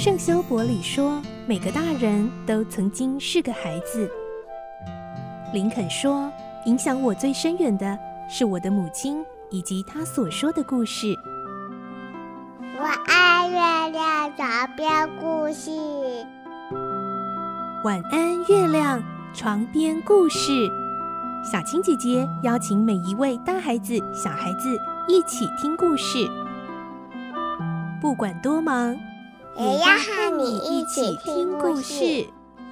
圣修伯里说，每个大人都曾经是个孩子。林肯说，影响我最深远的是我的母亲以及她所说的故事。 我爱月亮床边故事。 晚安，月亮床边故事。小青姐姐邀请每一位大孩子、小孩子一起听故事，不管多忙， 也要和你一起听故事。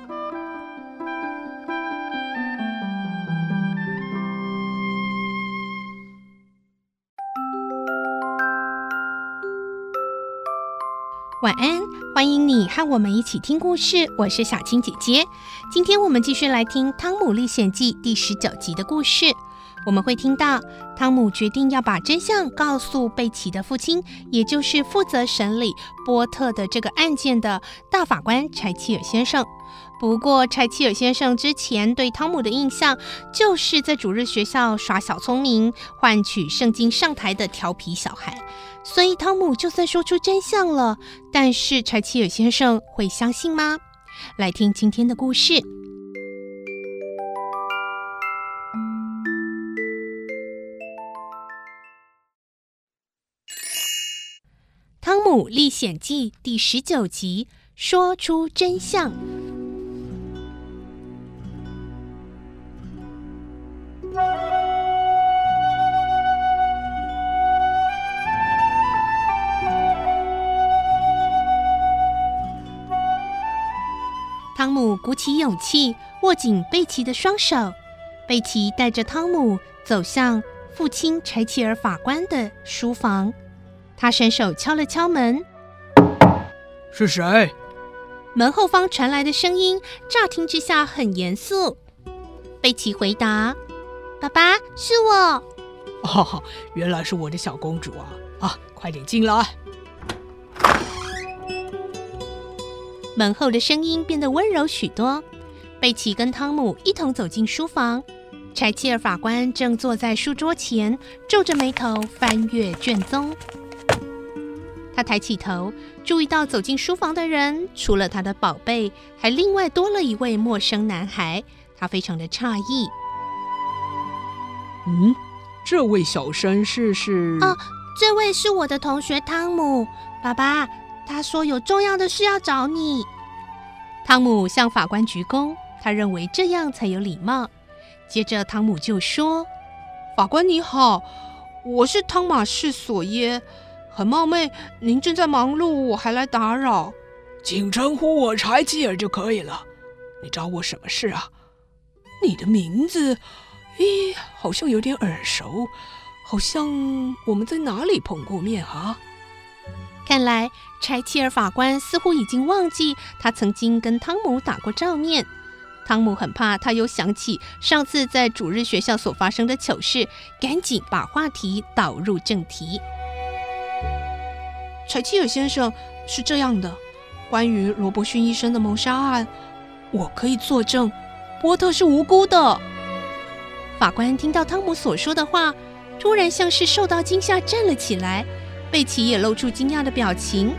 晚安，欢迎你和我们一起听故事，我是小青姐姐。今天我们继续来听《汤姆历险记》第19集的故事。我们会听到汤姆决定要把真相告诉贝奇的父亲，也就是负责审理波特的这个案件的大法官柴契尔先生。不过柴契尔先生之前对汤姆的印象就是在主日学校耍小聪明，换取圣经上台的调皮小孩。所以汤姆就算说出真相了，但是柴契尔先生会相信吗？来听今天的故事。汤姆历险记第19集，说出真相。汤姆鼓起勇气，握紧贝奇的双手。贝奇带着汤姆走向父亲柴契尔法官的书房。他伸手敲了敲门。 是谁？ 门后方传来的声音乍听之下很严肃。贝奇回答：爸爸，是我。 哦，原来是我的小公主啊！快点进来。 门后的声音变得温柔许多。贝奇跟汤姆一同走进书房。柴契尔法官正坐在书桌前，皱着眉头翻阅卷宗。他抬起头，注意到走进书房的人除了他的宝贝，还另外多了一位陌生男孩。他非常的诧异。 这位小绅士是？ 这位是我的同学汤姆。爸爸，他说有重要的事要找你。汤姆向法官鞠躬，他认为这样才有礼貌。接着汤姆就说： 法官你好，我是汤马士索耶，很冒昧您正在忙碌，我还来打扰。 请称呼我柴契尔就可以了。你找我什么事啊？你的名字好像有点耳熟，好像我们在哪里碰过面啊？ 看来柴契尔法官似乎已经忘记他曾经跟汤姆打过照面。汤姆很怕他又想起上次在主日学校所发生的糗事，赶紧把话题导入正题。 柴契尔先生，是这样的，关于罗伯逊医生的谋杀案，我可以作证，波特是无辜的。 法官听到汤姆所说的话，突然像是受到惊吓站了起来。贝奇也露出惊讶的表情。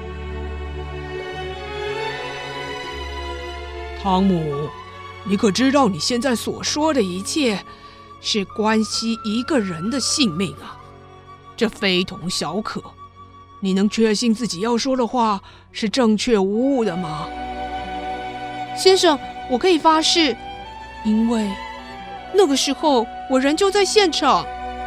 汤姆，你可知道你现在所说的一切是关系一个人的性命啊？这非同小可。你能确信自己要说的话是正确无误的吗？ 先生，我可以发誓，因为那个时候我人就在现场。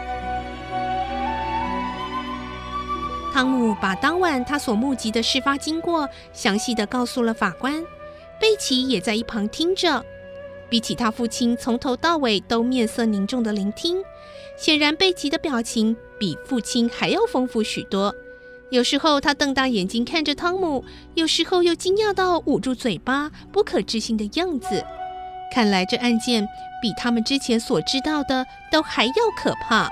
汤姆把当晚他所目击的事发经过详细的告诉了法官。贝奇也在一旁听着。比起他父亲从头到尾都面色凝重的聆听，显然贝奇的表情比父亲还要丰富许多。有时候他瞪大眼睛看着汤姆，有时候又惊讶到捂住嘴巴，不可置信的样子。看来这案件比他们之前所知道的都还要可怕。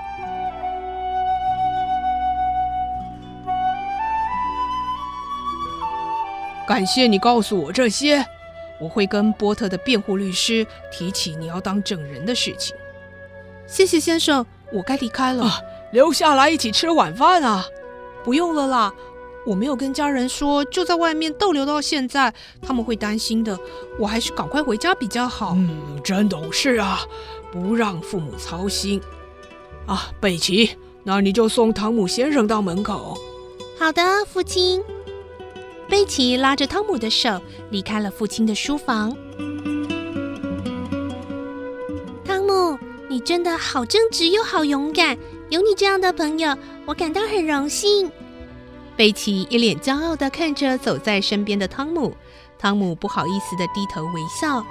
感谢你告诉我这些，我会跟波特的辩护律师提起你要当证人的事情。 谢谢先生，我该离开了。 留下来一起吃晚饭啊。 不用了啦， 我没有跟家人说，就在外面逗留到现在，他们会担心的。我还是赶快回家比较好。 真懂事啊，不让父母操心。啊，贝奇，那你就送汤姆先生到门口。 好的，父亲。贝奇拉着汤姆的手离开了父亲的书房。汤姆，你真的好正直又好勇敢，有你这样的朋友，我感到很荣幸。贝奇一脸骄傲地看着走在身边的汤姆，汤姆不好意思地低头微笑。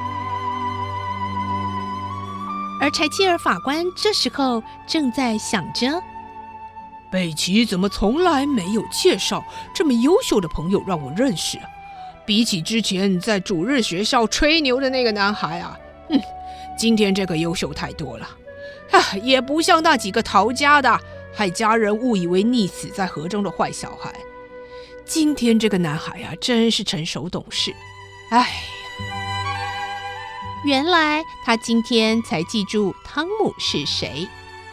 而柴契尔法官这时候正在想着， 贝奇怎么从来没有介绍这么优秀的朋友让我认识啊？比起之前在主日学校吹牛的那个男孩啊，今天这个优秀太多了。也不像那几个逃家的害家人误以为溺死在河中的坏小孩。今天这个男孩啊，真是成熟懂事。 原来他今天才记住汤姆是谁。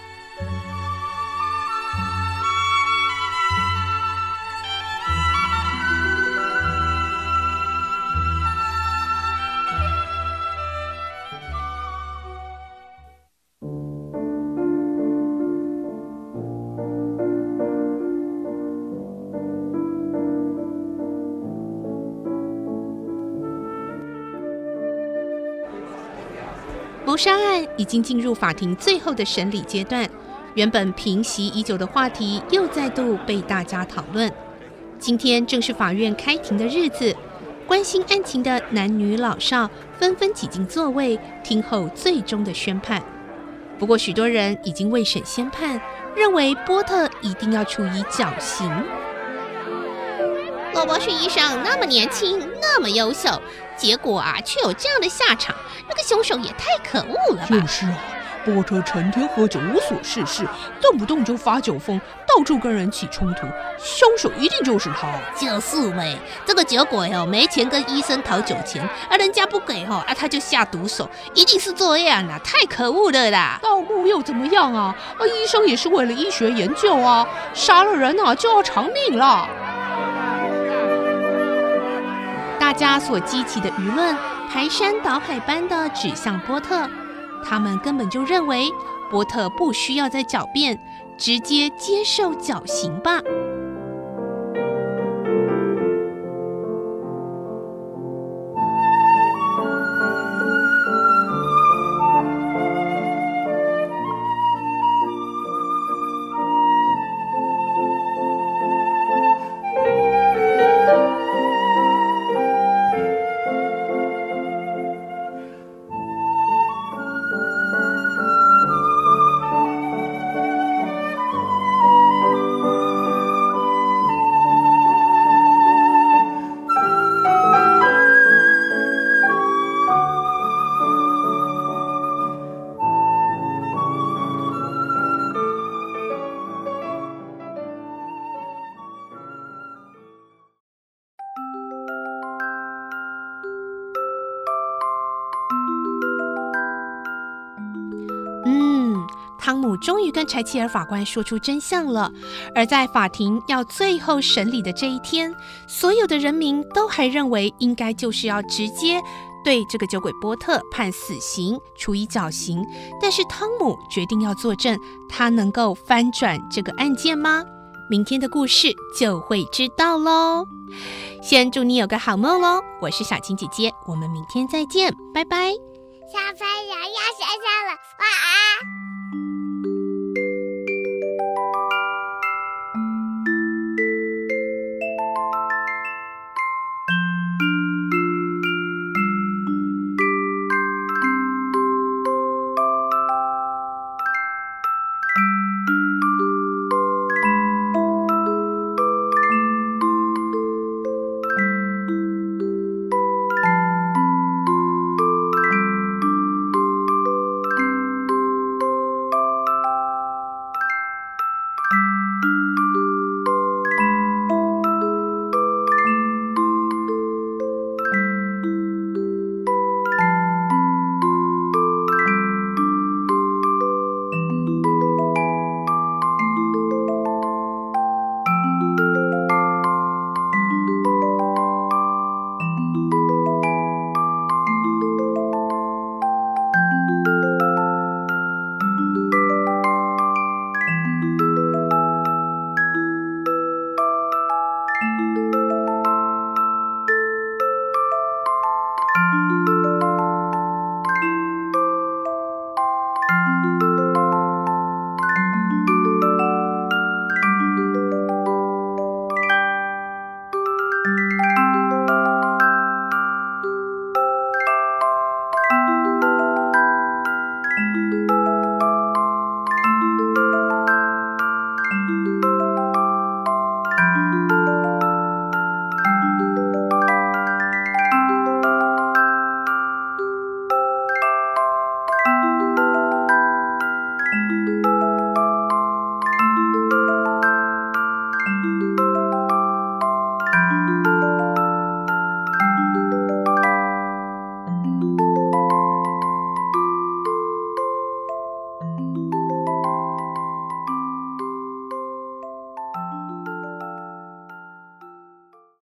谋杀案已经进入法庭最后的审理阶段，原本平息已久的话题又再度被大家讨论。今天正是法院开庭的日子，关心案情的男女老少纷纷挤进座位，听候最终的宣判。不过，许多人已经未审先判，认为波特一定要处以绞刑。罗伯逊医生那么年轻，那么优秀，结果却有这样的下场，那个凶手也太可恶了吧！ 就是啊，波特成天喝酒，无所事事，动不动就发酒疯，到处跟人起冲突，凶手一定就是他。 就是呗，这个结果没钱跟医生讨酒钱，人家不给他就下毒手，一定是这样啦，太可恶了啦！ 盗墓又怎么样啊？医生也是为了医学研究啊，杀了人就要偿命了。 大家所激起的舆论排山倒海般的指向波特，他们根本就认为波特不需要再狡辩，直接接受绞刑吧。汤姆终于跟柴契尔法官说出真相了，而在法庭要最后审理的这一天，所有的人民都还认为应该就是要直接对这个酒鬼波特判死刑，处以绞刑。但是汤姆决定要作证，他能够翻转这个案件吗？明天的故事就会知道咯。先祝你有个好梦咯，我是小青姐姐，我们明天再见，拜拜。 小朋友要睡觉了，晚安。